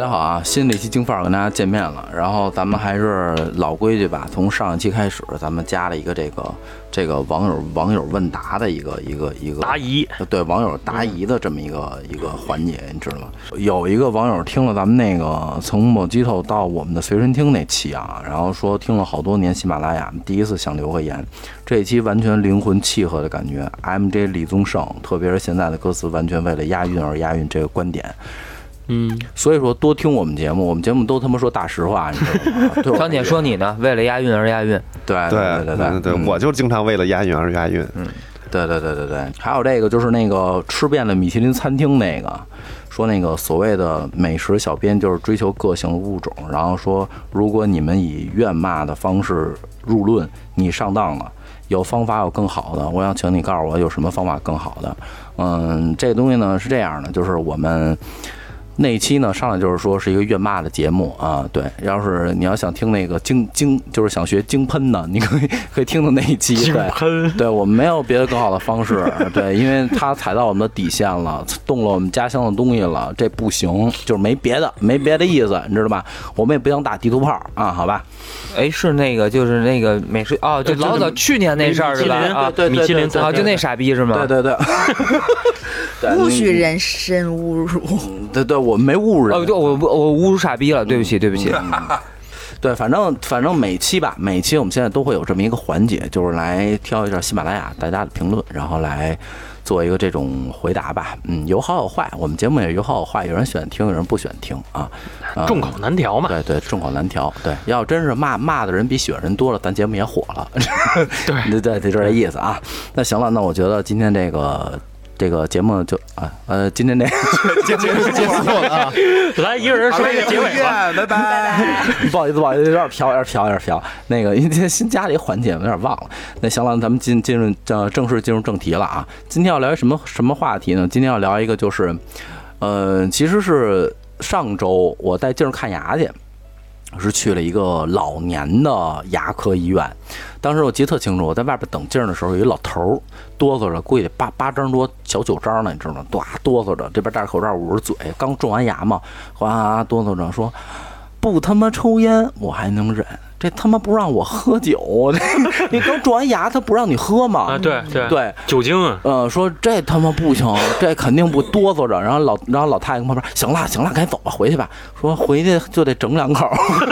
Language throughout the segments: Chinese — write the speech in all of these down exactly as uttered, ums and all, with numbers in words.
家好啊！新的一期京范儿跟大家见面了，然后咱们还是老规矩吧，从上一期开始，咱们加了一个这个这个网友网友问答的一个一个一个答疑， 对网友答疑的这么一个一个环节，你知道吗？有一个网友听了咱们那个从某机头到我们的随身听那期啊，然后说听了好多年喜马拉雅，第一次想留个言，这一期完全灵魂契合的感觉 ，M J 李宗盛，特别是现在的歌词完全为了押韵而押韵，这个观点。 嗯， 所以说多听我们节目，我们节目都他妈说大实话，你知道吗？ 张姐说你呢，为了押韵而押韵。 对对对对对，我就经常为了押韵而押韵。 嗯，对对对对对。还有这个就是那个吃遍了米其林餐厅那个，说那个所谓的美食小编就是追求个性的物种，然后说如果你们以怨骂的方式入论，你上当了。有方法有更好的，我想请你告诉我有什么方法更好的。嗯，这个东西呢是这样的，就是我们那一期呢上来就是说是一个怨骂的节目啊，对，要是你要想听那个京京，就是想学京喷的，你可以可以听到那一期。 京喷， 对，我们没有别的更好的方式，对，因为他踩到我们的底线了，动了我们家乡的东西了，这不行，就是没别的，没别的意思，你知道吧？我们也不想打地图炮啊，好吧？ 哎，是那个，就是那个美食哦，就老早去年那事儿是吧？ 啊，对米其林啊，就那傻逼是吗？ 对对对。 不许人身侮辱。 对对，我没侮辱人。 哦，对，我我侮辱傻逼了，对不起，对不起。 对，反正反正每期吧，每期我们现在都会有这么一个环节，就是来挑一下喜马拉雅大家的评论，然后来做一个这种回答吧。嗯，有好有坏，我们节目也有好有坏，有人喜欢听，有人不喜欢听啊。嗯、 众口难调嘛。 对对，众口难调。对，要真是骂骂的人比喜欢人多了，咱节目也火了。 对对对，就这意思啊。那行了，那我觉得今天这个。这个节目就啊呃，今天这节目结束了啊！ 来一个人说一个结尾吧， 拜拜。 不好意思，不好意思，有点飘，有点飘，有点飘。那个因为新加了一个环节，有点忘了。那行了，咱们进进入呃正式进入正题了啊！今天要聊什么什么话题呢？今天要聊一个就是，呃，其实是上周我带劲儿看牙去。是去了一个老年的牙科医院，当时我记得特清楚，我在外边等劲儿的时候，有一老头哆嗦着，估计八八张多小九张呢，你知道吗？哆哆嗦着，这边戴着口罩捂着嘴，刚种完牙嘛，哗哆嗦着说：“不他妈抽烟，我还能忍。”这他妈不让我喝酒，你刚种完牙，他不让你喝吗？ 啊，对对对， 酒精啊， 呃，说这他妈不行，这肯定不哆嗦着。然后老，然后老太太跟旁边，行了行了，赶紧走吧，回去吧。说回去就得整两口。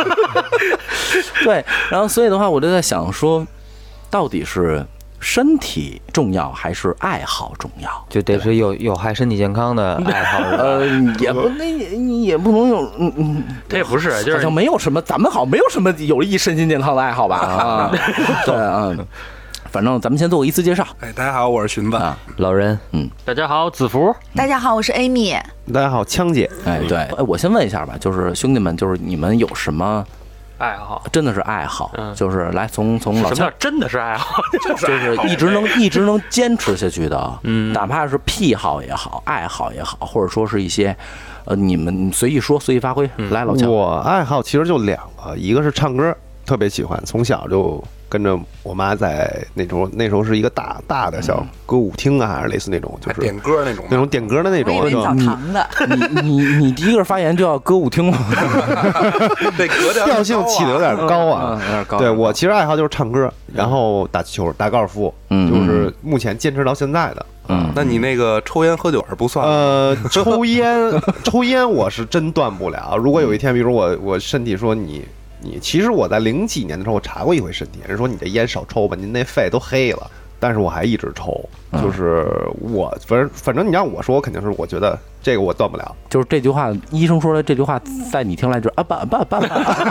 对，然后所以的话，我就在想说，到底是身体重要还是爱好重要？ 就得是有有害身体健康的爱好。 呃，也不那也也不能有，嗯嗯， 这也不是，就是好像没有什么，咱们好像没有什么有利身心健康的爱好吧？啊，对啊，反正咱们先做个依次介绍。 哎，大家好，我是荀子啊， 老人， 嗯， 大家好，子福， 大家好，我是 Amy。 大家好，枪姐。 哎，对，哎，我先问一下吧，就是兄弟们，就是你们有什么？ 爱好真的是爱好， 嗯、 就是来从从老什么叫真的是爱好？ 就是一直能一直能坚持下去的， 嗯， 哪怕是癖好也好，爱好也好，或者说是一些，呃，你们随意说，随意发挥。嗯、来，老强， 我爱好其实就两个，一个是唱歌，特别喜欢，从小就跟着我妈在那种那时候是一个大大的小歌舞厅啊，还是类似那种，就是点歌那种， 那种点歌的那种。 我以为澡堂的。 你你你第一个发言就要歌舞厅吗？ 这格调调性起的有点高啊， 有点高。 对我其实爱好就是唱歌，然后打球、打高尔夫， 嗯， 就是目前坚持到现在的。 嗯， 那你那个抽烟喝酒是不算？ 呃，抽烟抽烟我是真断不了。如果有一天，比如我我身体说你。你其实我在零几年的时候我查过一回身体，人说你这烟少抽吧，您那肺都黑了，但是我还一直抽，就是我反正反正你让我说，我肯定是我觉得这个我断不了。 就是这句话，医生说的这句话，在你听来就是啊吧吧吧吧。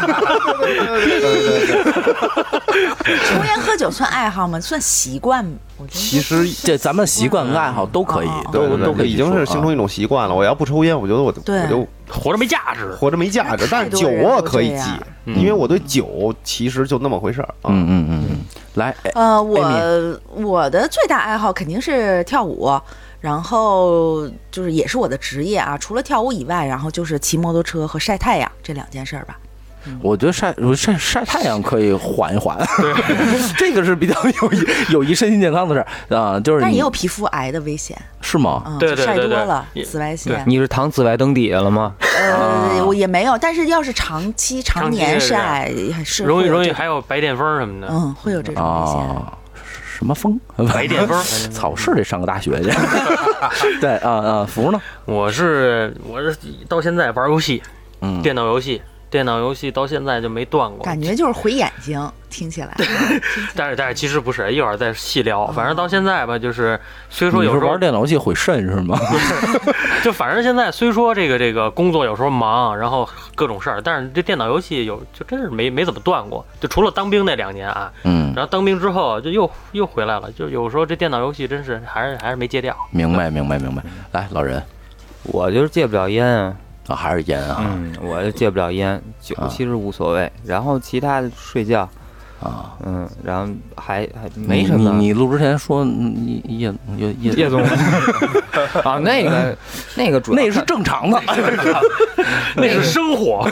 抽烟喝酒算爱好吗？算习惯吗？ 其实这咱们习惯跟爱好都可以，都都可以， 已经是形成一种习惯了。我要不抽烟，我觉得我我就活着没价值， 活着没价值。但是酒我可以戒，因为我对酒其实就那么回事儿。 嗯嗯嗯嗯，来， 呃，我我的最大爱好肯定是跳舞，然后就是也是我的职业啊。除了跳舞以外，然后就是骑摩托车和晒太阳这两件事儿吧。 我觉得晒晒晒太阳可以缓一缓，对，这个是比较有益有益身心健康的事儿啊，就是但也有皮肤癌的危险， 是吗？ 嗯， 对对对对晒多了紫外线。 你是躺紫外灯底下了吗？ 呃，我也没有，但是要是长期常年晒，是容易容易还有白癜风什么的， 嗯，会有这种危险。 啊什么风？ 白癜风， 草是得上个大学去。对啊啊，福呢？ 我是我是到现在玩游戏， 嗯， 电脑游戏，电脑游戏到现在就没断过。 感觉就是毁眼睛，听起来。 但是但是其实不是，一会儿再细聊。反正到现在吧，就是虽说有时候玩电脑游戏毁肾是吗？ 就反正现在虽说这个这个工作有时候忙，然后各种事儿，但是这电脑游戏有就真是没没怎么断过，就除了当兵那两年啊， 嗯， 然后当兵之后就又又回来了，就有时候这电脑游戏真是还是还是没戒掉。 明白明白明白。来，老人， 我就是戒不了烟啊。 啊，还是烟啊？ 嗯，我就戒不了烟，酒其实无所谓，然后其他的睡觉。 啊， 嗯，然后还还没什么。 你你录之前说你叶叶叶叶总啊，那个那个主要那是正常的， 那是生活。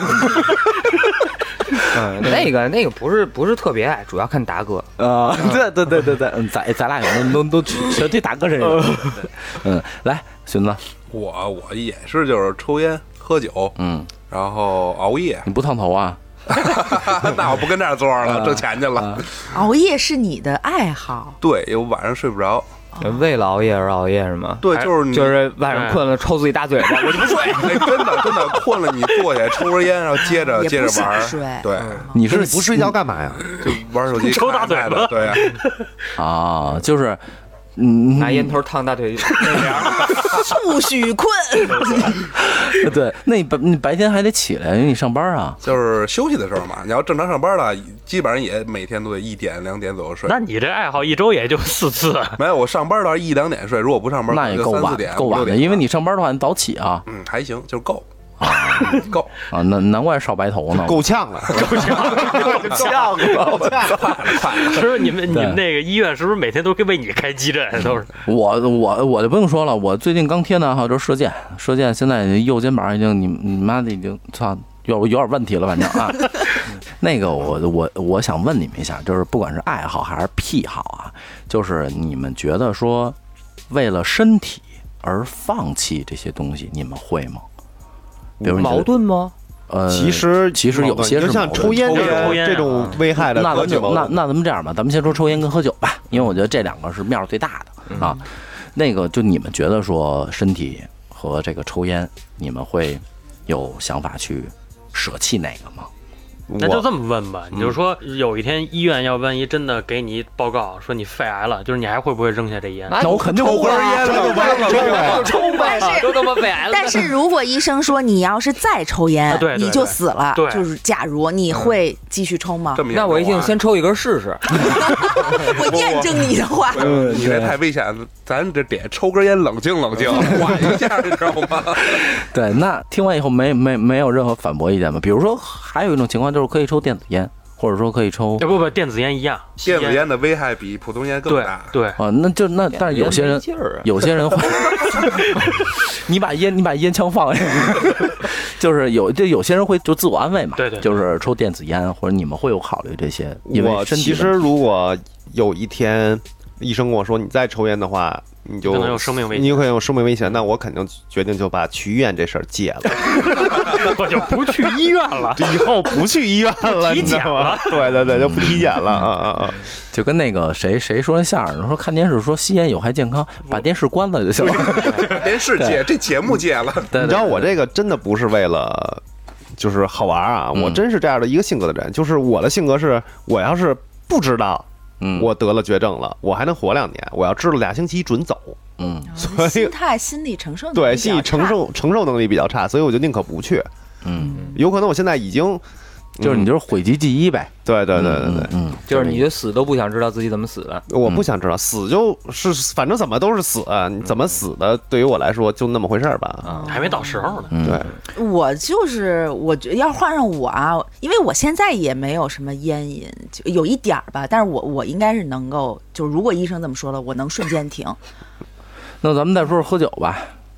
嗯，那个那个不是不是特别爱，主要看达哥啊。对对对对对，嗯，咱咱俩可能都都全对达哥身上。嗯，来，荀子， 我我也是就是抽烟喝酒， 嗯， 然后熬夜。 你不烫头啊？ 那我不跟这儿坐着了，挣钱去了。 熬夜是你的爱好？ 对，我晚上睡不着。 为了熬夜而熬夜是吗？ 对，就是你就是晚上困了抽自己大嘴巴，我就不睡。 哎，真的真的困了，你坐下来抽根烟，然后接着接着玩。对， 你是不睡觉干嘛呀？ 就玩手机， 抽大嘴巴。 对呀。 啊，就是。嗯， 拿烟头烫大腿那边， 不许困。 对，那你白你白天还得起来，因为你上班啊。 就是休息的时候嘛，你要正常上班了，基本上也每天都得一点两点左右睡。 那你这爱好一周也就四次？ 没有，我上班到一两点睡，如果不上班， 那也够晚，够晚的，因为你上班的话你早起啊。 嗯，还行，就够。啊，够啊，难难怪少白头呢， 够呛了， 够呛， 够呛了，够呛了， 快了，快了！ 是不是你们你们那个医院是不是每天都为你开急诊？都是我我我就不用说了，我最近刚贴的哈，就是射箭，射箭现在右肩膀已经你你妈的已经操有有点问题了，反正啊，那个我我我想问你们一下，就是不管是爱好还是癖好啊，就是你们觉得说为了身体而放弃这些东西，你们会吗？比如矛盾吗？ 呃， 其实其实有些是就像抽烟这种这种危害的， 那咱就那那咱们这样吧，咱们先说抽烟跟喝酒吧，因为我觉得这两个是面最大的啊。那个就你们觉得说身体和这个抽烟，你们会有想法去舍弃哪个吗？ 那就这么问吧，你就说有一天医院要万一真的给你报告说你肺癌了，就是你还会不会扔下这烟？ 那我肯定抽根烟了，抽呗，都他妈肺癌了。 但是如果医生说你要是再抽烟， 对你就死了， 对， 就是假如你会继续抽吗？ 那我一定先抽一根试试。 我验证你的话。 嗯，你这太危险了，咱这得抽根烟，冷静冷静，缓一下，你知道吗？ 对，那听完以后没没没有任何反驳意见吗？比如说还有一种情况就是可以抽电子烟，或者说可以抽， 不不，电子烟一样， 电子烟的危害比普通烟更大。 对啊，那就那，但是有些人有些人会，你把烟你把烟枪放下，就是有就有些人会就自我安慰嘛， 对对， 就是抽电子烟，或者你们会有考虑这些？因为我其实如果有一天医生跟我说你再抽烟的话，你就可能有生命危险， 你有可能有生命危险，那我肯定决定就把去医院这事儿戒了， 我就不去医院了， 以后不去医院了， 体检了， 对对对，就不体检了啊啊啊！ 就跟那个谁谁说相声说看电视说吸烟有害健康，把电视关了就行了， 电视戒，这节目戒了。 你知道我这个真的不是为了就是好玩啊，我真是这样的一个性格的人，就是我的性格是我要是不知道。 嗯， 我得了绝症了，我还能活两年。我要知道俩星期准走。 嗯， 所以心态、心理承受能力对心理承受承受能力比较差，所以我就宁可不去。 嗯， 有可能我现在已经， 就是你就是讳疾忌医呗。 对对对对对， 嗯， 就是你就死都不想知道自己怎么死的。 我不想知道死就是反正怎么都是死，你怎么死的对于我来说就那么回事儿吧。 还没到时候呢。 对， 我就是我觉得要换上我啊，因为我现在也没有什么烟瘾，就有一点儿吧，但是我我应该是能够，就如果医生这么说了，我能瞬间停。 那咱们再说说喝酒吧。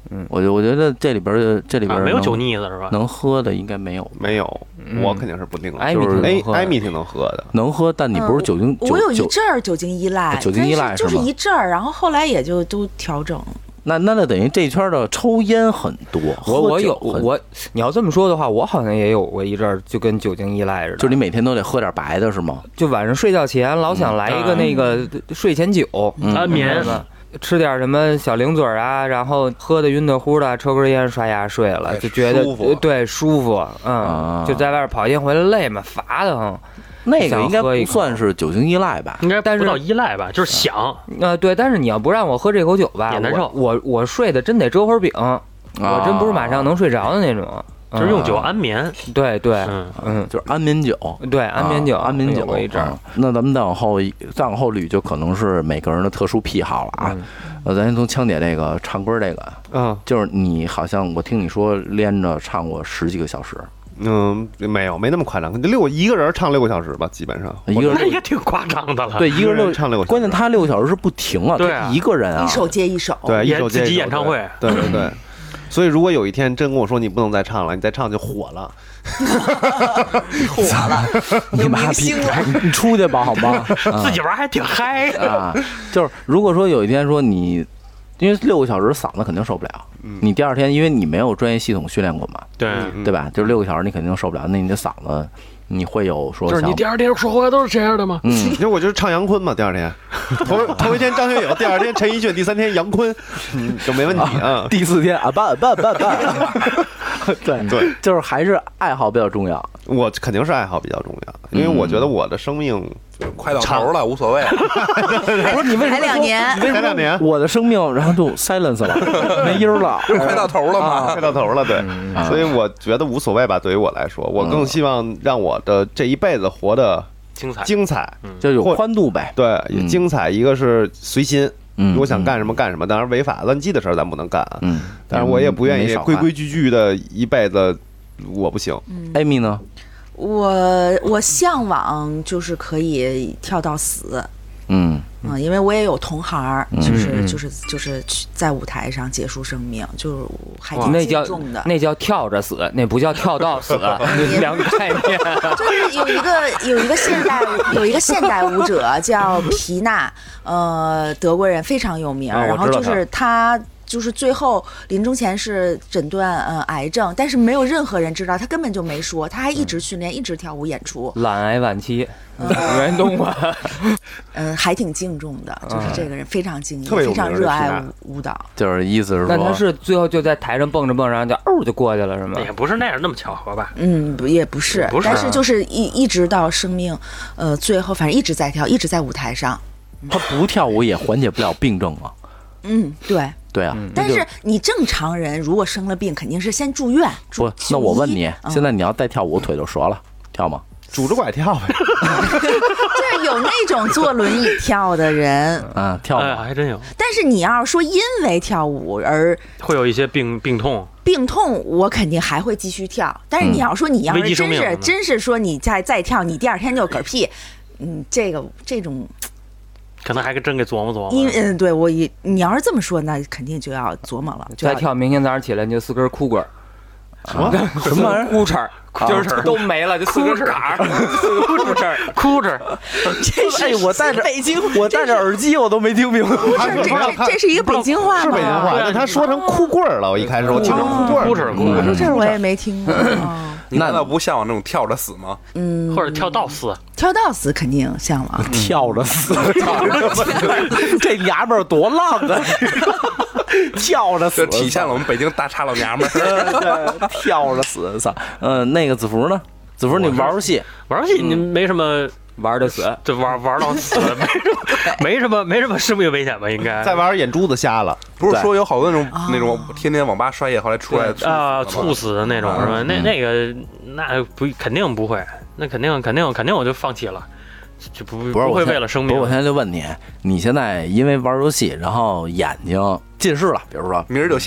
嗯， 我我觉得这里边儿这里边啊，没有儿能酒腻子是吧？ 能喝的应该没有， 没有，我肯定是不定的。 艾米就是哎挺能喝的艾米挺能喝的， 能喝，但你不是酒精酒我有一酒， 阵儿酒精依赖， 酒精依赖但是就是是吗一阵儿，然后后来也就都调整。 那那那等于这圈的抽烟很多，喝我我有酒很我，你要这么说的话，我好像也有过一阵儿就跟酒精依赖似的， 就是你每天都得喝点白的是吗？ 就晚上睡觉前老想来一个那个睡前酒， 嗯安眠。 吃点什么小零嘴啊，然后喝的晕的乎的，抽根烟刷牙睡了， 哎就觉得舒服呃对舒服，嗯， 啊就在外边跑一天回来累嘛，乏得慌。 那个应该不想喝一口算是酒精依赖吧？ 应该但是不到依赖吧，就是想。 呃，对，但是你要不让我喝这口酒吧， 也难受我我我睡的真得遮会儿饼，我真不是马上能睡着的那种。 就是用酒安眠。 对对， 嗯嗯， 就是安眠酒， 对，安眠酒， 啊安眠酒有一阵儿啊。那咱们再往后一再往后捋，就可能是每个人的特殊癖好了啊。 嗯呃，咱先从枪姐这个唱歌这个， 嗯就是你好像我听你说连着唱过十几个小时， 嗯，没有没那么夸张，就六一个人唱六个小时吧，基本上一个人那也挺夸张的了。 对一个人六唱六个小时， 关键他六个小时是不停啊， 对啊他一个人啊一，首接一首， 对一演自己首接一首演唱会， 对对对。所以如果有一天真跟我说你不能再唱了，你再唱就火了。 火了，有明星了。 你出去吧好吗？啊自己玩还挺嗨。 啊，就是如果说有一天说你，因为六个小时嗓子肯定受不了，你第二天因为你没有专业系统训练过嘛， 对， 嗯对吧？就是六个小时你肯定受不了，那你的嗓子你会有说就是你想第二天说话都是这样的吗？ 嗯， 因为我就是唱杨坤嘛，第二天头头一天张学友，第二天陈奕迅，第三天杨坤，嗯，就没问题啊。 第四天啊办办办办，对对， 就是还是爱好比较重要。 我肯定是爱好比较重要，因为我觉得我的生命快到头了，无所谓。 不是你为什么才两年， 才两年， 我的生命然后就 silence 了，没音儿了， 不是快到头了吗？ 快到头了，对，所以我觉得无所谓吧。对于我来说，我更希望让我的这一辈子活得精彩。 精彩， 就有宽度呗。 对， 嗯精彩。一个是随心， 嗯如果想干什么干什么，当然违法乱纪的事儿咱不能干啊。 嗯， 但是我也不愿意没少干规规矩矩的一辈子，我不行。 艾米呢？ 我我向往就是可以跳到死， 嗯嗯，因为我也有同行儿，就是嗯就是就是去在舞台上结束生命，就是还哇挺那叫敬重的。 那叫跳着死，那不叫跳到死，两个概念。 就是有一个有一个现代有一个现代舞者叫皮娜，呃，德国人非常有名， 啊我然后知道就是他。就是最后临终前是诊断呃癌症，但是没有任何人知道，他根本就没说，他还一直训练，一直跳舞演出， 懒癌晚期，袁东吧， 嗯、还挺敬重的，就是这个人非常敬业， 特别有非常名儿的皮热爱娜舞舞蹈。 就是意思是那他说， 是最后就在台上蹦着蹦着，然后就哦就过去了，是吗？ 也不是那样那么巧合吧？ 嗯，不也不是， 不是啊但是就是一一直到生命，呃，最后反正一直在跳，一直在舞台上。 他不跳舞也缓解不了病症啊。 嗯，对。 对啊， 但是你正常人如果生了病，肯定是先住院。住不，那我问你， 就医现在你要再跳舞，腿就折了，跳吗？ 拄着拐跳呗。 就是有那种坐轮椅跳的人， 啊，跳哎呀， 吗？ 还真有， 但是你要是说因为跳舞而会有一些病病痛。 病痛，我肯定还会继续跳。但是你要说你要危机是真是生命呢真是说你再再跳，你第二天就嗝屁，嗯，这个这种， 可能还真给琢磨琢磨。 因嗯，对我也你要是这么说，那肯定就要琢磨了，就要再跳，明天早上起来你就四根裤棍儿， 什么什么玩意儿？ 裤衩儿，就是都没了，就四根杆儿，裤衩儿， 哭着， 这是哎，我戴着北京， 我戴着耳机，我都没听明白。 这这这是一个北京话吗？ 是北京话，但他说成哭棍儿了。我一开始我听成哭棍儿， 哭着哭着， 这我也没听过。哦你难道不向往那种跳着死吗？ 嗯， 或者跳到死， 跳到死肯定向往。 跳着死，这娘们儿多浪啊！跳着死， 这体现了我们北京大叉老娘们儿。 对，跳着死，操！嗯，那个子福呢？子福，你玩游戏， 玩游戏你没什么， 玩的死。 就玩玩到死，没什么没什么没什么生命危险吧？应该再玩眼珠子瞎了。 不是说有好多那种那种天天网吧刷夜，后来出来啊，猝死的那种是吧？那那个那不肯定不会，那肯定肯定肯定我就放弃了，就不不是不会为了生命不是，我。现在就问你，你现在因为玩游戏，然后眼睛近视了，比如说， 明儿就瞎。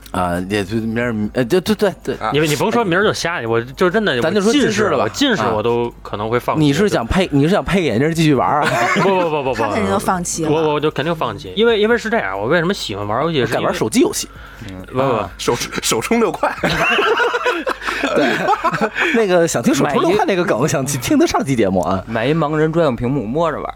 啊，也就明儿，呃，对对对对， 啊因为你甭说明儿就瞎，我就真的， 咱就说近近视了吧我近视啊我都可能会放弃。 你是想配你是想配个眼镜继续玩啊？ 不不不不不， 他肯定就放弃了。 我我就肯定放弃，因为因为是这样，我为什么喜欢玩游戏？是改玩手机游戏？ 不不手手充六块， 对，那个想听手充六块那个梗，想听得上期节目啊。 买一盲人专用屏幕摸着玩。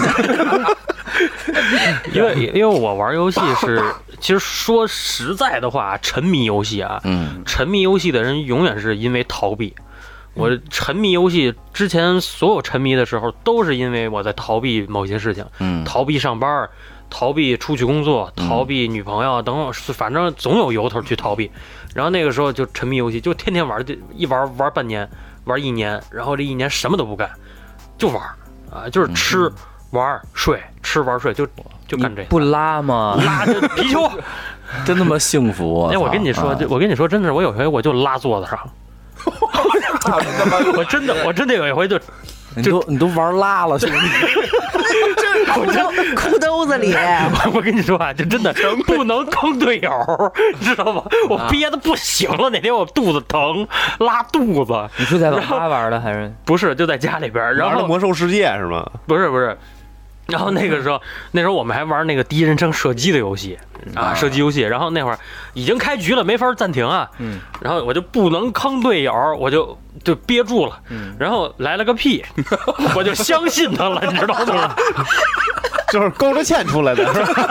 因为因为我玩游戏是，其实说实在的话，沉迷游戏啊， 嗯沉迷游戏的人永远是因为逃避。我沉迷游戏之前所有沉迷的时候，都是因为我在逃避某些事情， 嗯逃避上班，逃避出去工作，逃避女朋友等等，反正总有由头去逃避。然后那个时候就沉迷游戏，就天天玩，一玩玩半年，玩一年，然后这一年什么都不干，就玩啊，就是吃、玩睡，吃玩睡，就就干这个。 不拉吗？ 拉着皮球。 真他妈幸福！ 哎，我跟你说， 啊就我跟你说，真的是，我有回我就拉桌子上，我真的我真的有一回就你都你都玩拉了，兄弟。 这裤兜裤兜子里， 我跟你说啊，就真的不能坑队友，你知道吗？我憋得不行了，那天我肚子疼，拉肚子。 你是在网吧玩的还是？ 不是，就在家里边，然玩的后魔兽世界是吗？ 不是不是，然后那个时候那时候我们还玩那个第一人称射击的游戏啊，射击游戏。然后那会儿已经开局了，没法暂停啊。 嗯。 然后我就不能坑队友，我就就憋住了。 嗯。 然后来了个屁，我就相信他了，你知道吗？ 就是勾着芡出来的，是吧？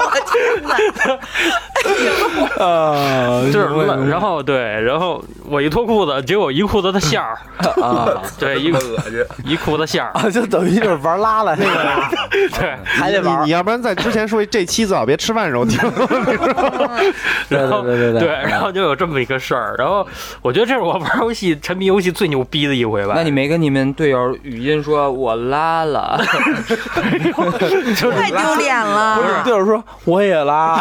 啊， 就是乱，然后对，然后我一脱裤子，结果一裤子的馅儿啊， 对，一个恶心。 一裤子馅儿， 啊，就等于就是玩拉了，这个对， 还得玩你你。要不然在之前说这期最好别吃饭的时候听。 对然后对对对对，然后就有这么一个事儿，然后我觉得这是我玩游戏沉迷游戏最牛逼的一回吧。 那你没跟你们队友语音说我拉了？ 太丢脸了。 不是，队友说我也拉，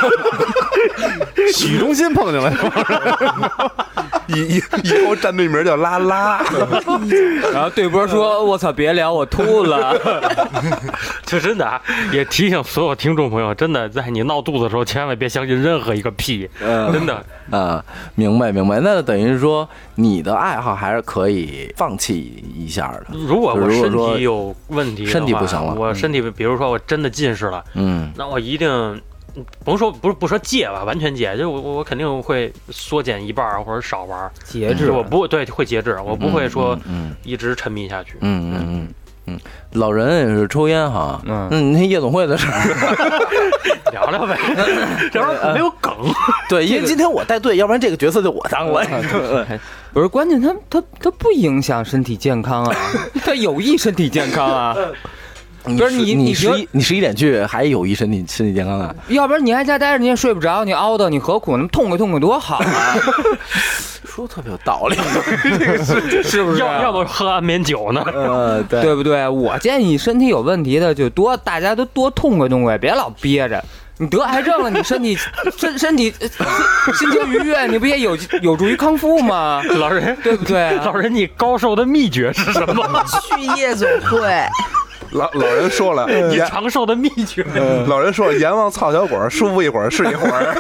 许忠新碰见了， 以以以后战队名叫拉拉， 然后对波说：“我操，别聊，我吐了。 就真的啊，也提醒所有听众朋友，真的在你闹肚子的时候，千万别相信任何一个屁， 嗯真的。 啊，明白明白。那等于是说你的爱好还是可以放弃一下的。 如果我身如果说体有问题的话， 身体不行了我身体比如说我真的近视了， 嗯那我一定。甭说不是不说戒吧，完全戒，就我我肯定会缩减一半儿或者少玩儿，” 节制， 我不会对会节制，我不会说嗯一直沉迷下去。 嗯嗯嗯嗯，老人也是抽烟哈， 嗯嗯，那夜总会的事儿， 聊聊呗，这玩意儿没有梗。 对，因为今天我带队，要不然这个角色就我当了。 不是关键，他他他不影响身体健康啊，他有益身体健康啊。 不不是你你你觉得十一你十一点去还有益身体身体健康啊？ 要不然你还家待着，你也睡不着，你熬的，你何苦那么痛快痛快多好啊？ 说特别有道理， 是不是？ 要要不喝安眠酒呢？ 呃，对对不对？我建议身体有问题的就多，大家都多痛快痛快，别老憋着。你得癌症了，你身体身身体心情愉悦，你不也有有助于康复吗？ 老人对不对？ 老人，你高寿的秘诀是什么？ 去夜总会， 老老人说了， 你阎长寿的秘诀。 老人说阎王操小鬼儿，舒服一会儿是一会儿。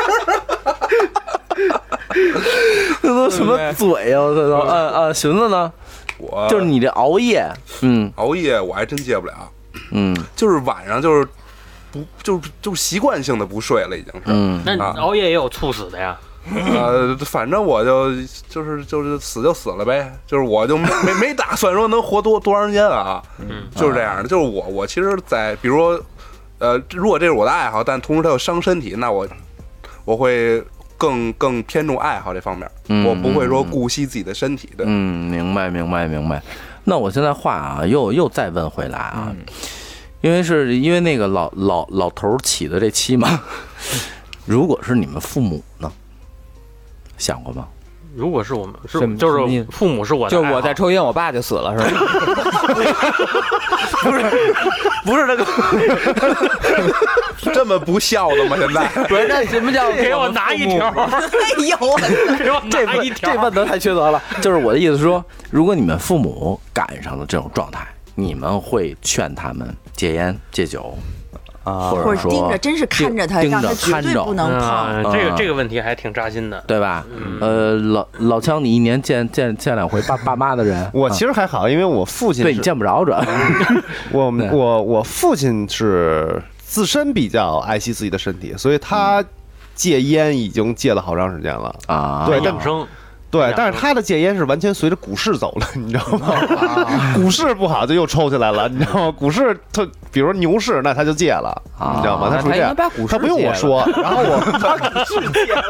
这都什么嘴呀？这都，嗯嗯，寻思呢， 我就是你这熬夜，嗯熬夜，我还真戒不了， 嗯就是晚上就是不就是就是习惯性的不睡了，已经是。 嗯那你熬夜也有猝死的呀？ 呃，反正我就就是就是死就死了呗，就是我就没没没打算说能活多多长时间啊， 嗯， 就是这样的。就是我我其实在，比如说，呃，如果这是我的爱好，但同时它又伤身体，那我我会更更偏重爱好这方面， 嗯我不会说顾惜自己的身体的。 嗯，明白明白明白。那我现在话啊，又又再问回来啊，因为是因为那个老老老头起的这期嘛，如果是你们父母呢，想过吗？ 如果是我们是什么就是什么意思父母是我的就爱好， 我在抽烟，我爸就死了，是吧？ 不是那个， 这么不孝的吗？现在不是，那什么叫给我拿一条， 哎呦， 给我这问拿一条。 这问的太缺德了。就是我的意思是说，如果你们父母赶上了这种状态，你们会劝他们戒烟戒酒？ 啊或者说或者盯着，真是看着他， 盯着让他绝看着对不能碰。 嗯，这个嗯这个问题还挺扎心的。 对吧？呃，老老枪，你一年见见见两回爸爸妈的人， 我啊其实还好，因为我父亲是对你见不着，主要我对我我父亲是自身比较爱惜自己的身体，所以他戒烟已经戒了好长时间了。 啊， 对养生， 对养， 但是他的戒烟是完全随着股市走了，你知道吗？股市不好就又抽起来了，你知道吗？股市他比如说牛市，那他就戒了， 啊你知道吗？ 那他应该属于这样， 把股市他不用戒了我说，然后我把股市戒了。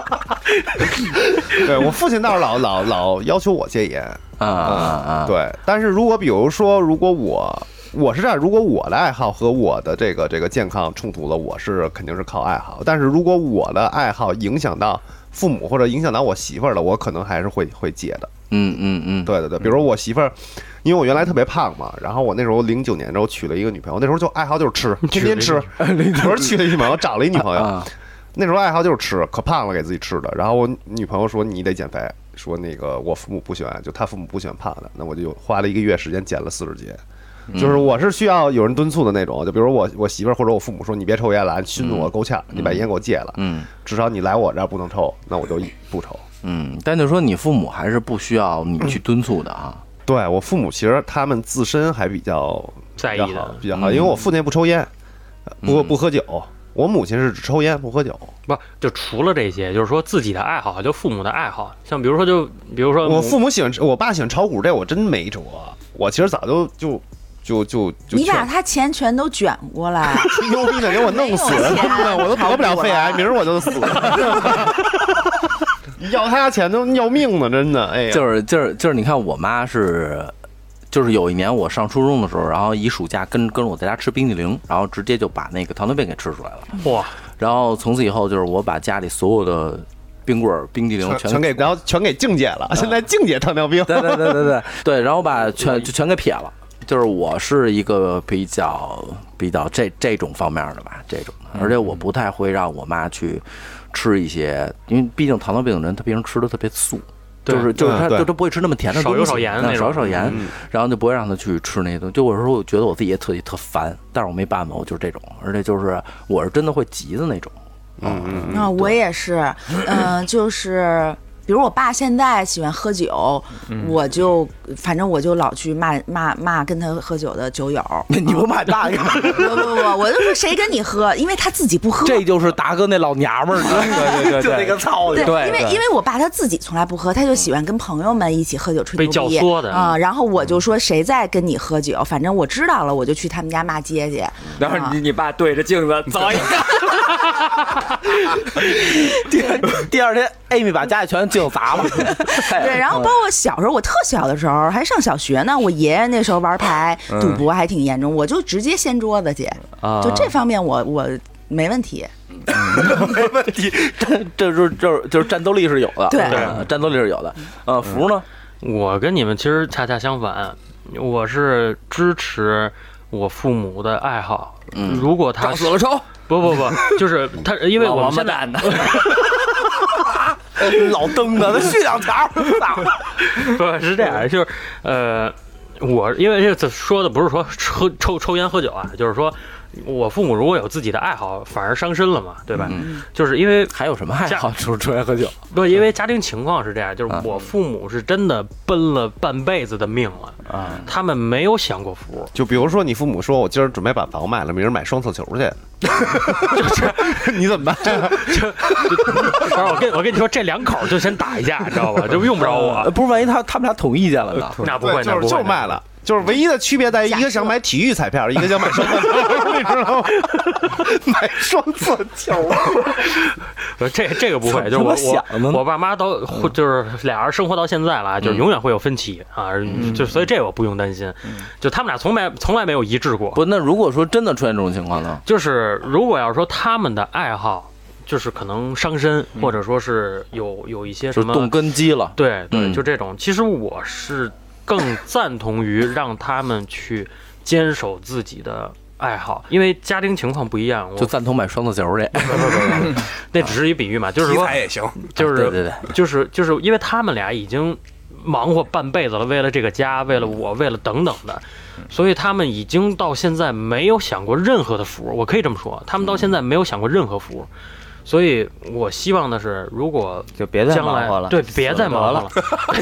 对我父亲倒是老老老要求我戒烟， 啊啊啊， 对，但是如果比如说，如果我我是这样，如果我的爱好和我的这个这个健康冲突了，我是肯定是靠爱好。但是如果我的爱好影响到父母或者影响到我媳妇儿了，我可能还是会会戒的。 嗯嗯嗯， 对对对，比如我媳妇儿，因为我原来特别胖嘛，然后我那时候零九年的时候娶了一个女朋友，那时候就爱好就是吃，天天吃。不是娶了一女朋友，找了一女朋友， 啊那时候爱好就是吃，可胖了给自己吃的。然后我女朋友说你得减肥，说那个我父母不喜欢，就他父母不喜欢胖的，那我就花了一个月时间减了四十斤。就是我是需要有人敦促的那种，就比如我我媳妇儿或者我父母说你别抽烟了，熏得我够呛，你把烟给我戒了， 嗯至少你来我这儿不能抽，那我就不抽。 嗯，但就说你父母还是不需要你去敦促的啊。 对我父母其实他们自身还比较在意比较好的比较好， 嗯因为我父亲不抽烟，不不喝酒，我母亲是只抽烟不喝酒。 不就除了这些，就是说自己的爱好，就父母的爱好，像比如说就比如说我父母喜欢吃，我爸喜欢炒股，这我真没辙。我其实早就就就就就你把劝他钱全都卷过来， 吹牛逼呢，给我弄死， 没有钱真的，我都得不了肺癌，明儿我就死。要他钱都要命呢，真的，哎呀， 就是就是就是，你看我妈是，就是有一年我上初中的时候，然后一暑假跟跟着我在家吃冰激凌，然后直接就把那个糖尿病给吃出来了。 哇， 然后从此以后就是我把家里所有的冰棍儿、冰激凌全全全给然后全给静姐了，现在静姐糖尿病。 对对对对对对，然后把全就全给撇了。就是我是一个比较比较这这种方面的吧，这种的，而且我不太会让我妈去吃一些，因为毕竟糖尿病的人他平时吃的特别素。 对就是就是他嗯对就他不会吃那么甜的东西， 少油少盐嗯那种少油少盐， 嗯然后就不会让他去吃那些东西。就我说，我觉得我自己也特特烦，但是我没办法，我就是这种，而且就是我是真的会急的那种。 嗯嗯嗯， 啊，我也是，嗯、就是。比如我爸现在喜欢喝酒，我就反正我就老去骂骂骂跟他喝酒的酒友。 你不骂大干嘛？ 不不不，我就说谁跟你喝，因为他自己不喝。 这就是大哥那老娘们儿，对对对，就那个操对， 性。 因为因为我爸他自己从来不喝，他就喜欢跟朋友们一起喝酒吹被牛逼教唆的啊、然后我就说谁在跟你喝酒，反正我知道了，我就去他们家骂街去。 然后你你爸对着镜子走一个， 第第二天，Amy 把家里全镜砸了。 对，然后包括小时候，我特小的时候还上小学呢，我爷爷那时候玩牌赌博还挺严重，我就直接掀桌子去， 啊就这方面我我没问题。 没问题，这这就是就是就是战斗力是有的， 对嗯战斗力是有的。呃，福呢？ 我跟你们其实恰恰相反，我是支持我父母的爱好。 嗯如果他找死了抽， 不不不，就是他，因为我们王八现在蛋的， 老登的，他续两条。 不是这样，就是呃，我因为这次说的不是说喝抽抽烟喝酒啊，就是说我父母如果有自己的爱好，反而伤身了嘛，对吧？ 嗯就是因为还有什么爱好？除了抽烟喝酒不，因为家庭情况是这样，就是啊我父母是真的奔了半辈子的命了， 啊？ 他们没有享过福， 就比如说你父母说我今儿准备把房卖了，明儿买双色球去，你怎么办？ 不是我跟我跟你说，这两口就先打一架，你知道吧？就用不着呃我， 不是，万一他他们俩统一意见了呢？ 那不会，那就是不会， 就是卖了。就是唯一的区别在于，一个想买体育彩票，一个想买双色球，你知道吗？买双色球， 不是这这个不会，就是怎么我想的呢我我爸妈都就是俩人生活到现在了，就是永远会有分歧啊，就所以这我不用担心，就他们俩从来从来没有一致过。 不，那如果说真的出现这种情况呢？ 就是如果要是说他们的爱好就是可能伤身，或者说是有有一些什么就是动根基了。 对对， 嗯就这种，其实我是更赞同于让他们去坚守自己的爱好，因为家庭情况不一样，我就赞同买双色球去。 那只是一比喻嘛，就是题说材也行， 就是对对对， 就是就是因为他们俩已经忙活半辈子了，为了这个家，为了我，为了等等的，所以他们已经到现在没有享过任何的福，我可以这么说，他们到现在没有享过任何福。所以我希望的是，如果就别再将来忙活了， 对，别再忙活了。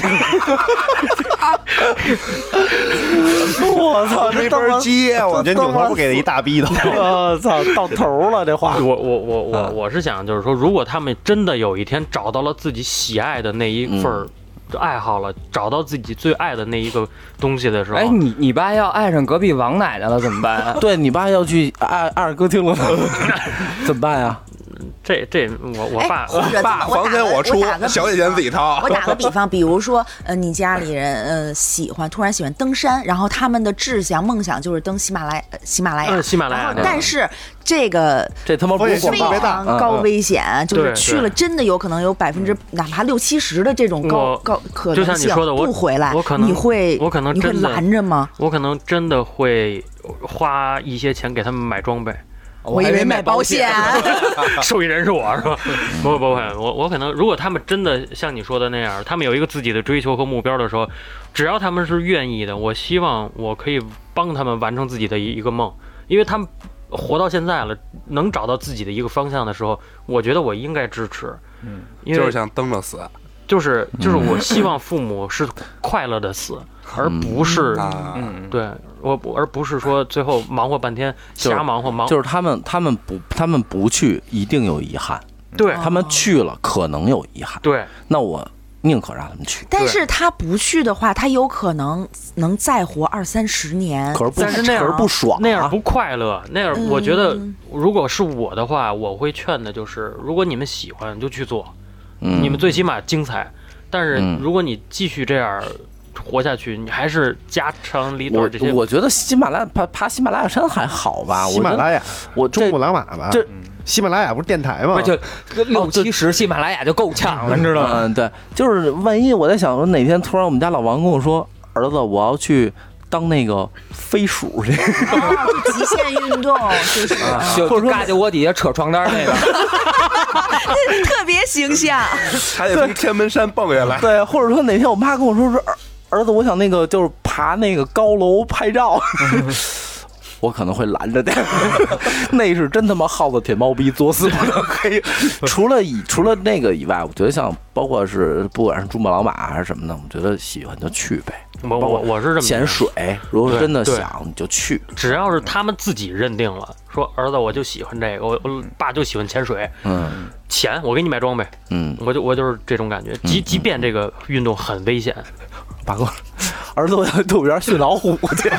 我操， 没法接，我觉得扭头不给他一大逼头。 我操，到头了这话。 我我我我我是想，就是说，如果他们真的有一天找到了自己喜爱的那一份儿爱好了，找到自己最爱的那一个东西的时候， 哎，你你爸要爱上隔壁王奶奶了怎么办啊？ 对你爸要去二二歌厅了，怎么办呀？ 这这我我爸或者爸我打个房钱我出我打个， 小姐钱自己掏。 我打个比方，比如说，呃，你家里人呃喜欢突然喜欢登山，然后他们的志向梦想就是登喜马拉呃喜马拉雅， 嗯喜马拉雅然后但是这个这他妈不是非广告别大常高危险，就是对去了真的有可能有百分之哪怕六七十的这种高我高可就能性像你说的我不回来， 我可能你会我可能你会真的拦着吗？ 我可能真的会花一些钱给他们买装备。 我以为买保险。 受益人是我是吧？不不不会，我我可能如果他们真的像你说的那样，他们有一个自己的追求和目标的时候，只要他们是愿意的，我希望我可以帮他们完成自己的一一个梦，因为他们活到现在了，能找到自己的一个方向的时候，我觉得我应该支持。嗯，因为就是想蹬着死就是就是我希望父母是快乐的死，而不是啊！ 对我不而不是说最后忙活半天瞎忙活忙， 就是他们他们不他们不去一定有遗憾， 对他们去了可能有遗憾， 对那我宁可让他们去， 但是他不去的话，他有可能能再活二三十年。 可是不但是那样可是不爽啊， 那样不快乐，那样我觉得嗯如果是我的话，我会劝的就是，如果你们喜欢就去做， 嗯你们最起码精彩。但是嗯如果你继续这样活下去，你还是家长里短我这些。 我觉得喜马拉雅爬爬喜马拉雅山还好吧， 喜马拉雅， 我这珠穆朗玛吧？ 这喜马拉雅不是电台吗？ 不就六七十喜马拉雅就够呛了，你知道吗？ 嗯对，就是万一我在想说哪天突然我们家老王跟我说，儿子我要去当那个飞鼠去， 啊，就极限运动，就是、啊、 就就嘎就我底下扯床单那个， 特别形象。 还得从天门山蹦下来。 对，或者说哪天我妈跟我说说儿儿子我想那个就是爬那个高楼拍照。我可能会拦着点，那是真他妈耗子舔猫逼，作死不能黑。除了以除了那个以外，我觉得像包括是不管是珠穆朗玛还是什么的，我觉得喜欢就去呗。 我我我是这么潜水，如果真的对想你就去。 只要是他们自己认定了，说儿子我就喜欢这个，我我爸就喜欢潜水， 嗯钱我给你买装备， 嗯， 我就我就是这种感觉。即即便这个运动很危险， 八哥，儿子我要动物园训老虎去。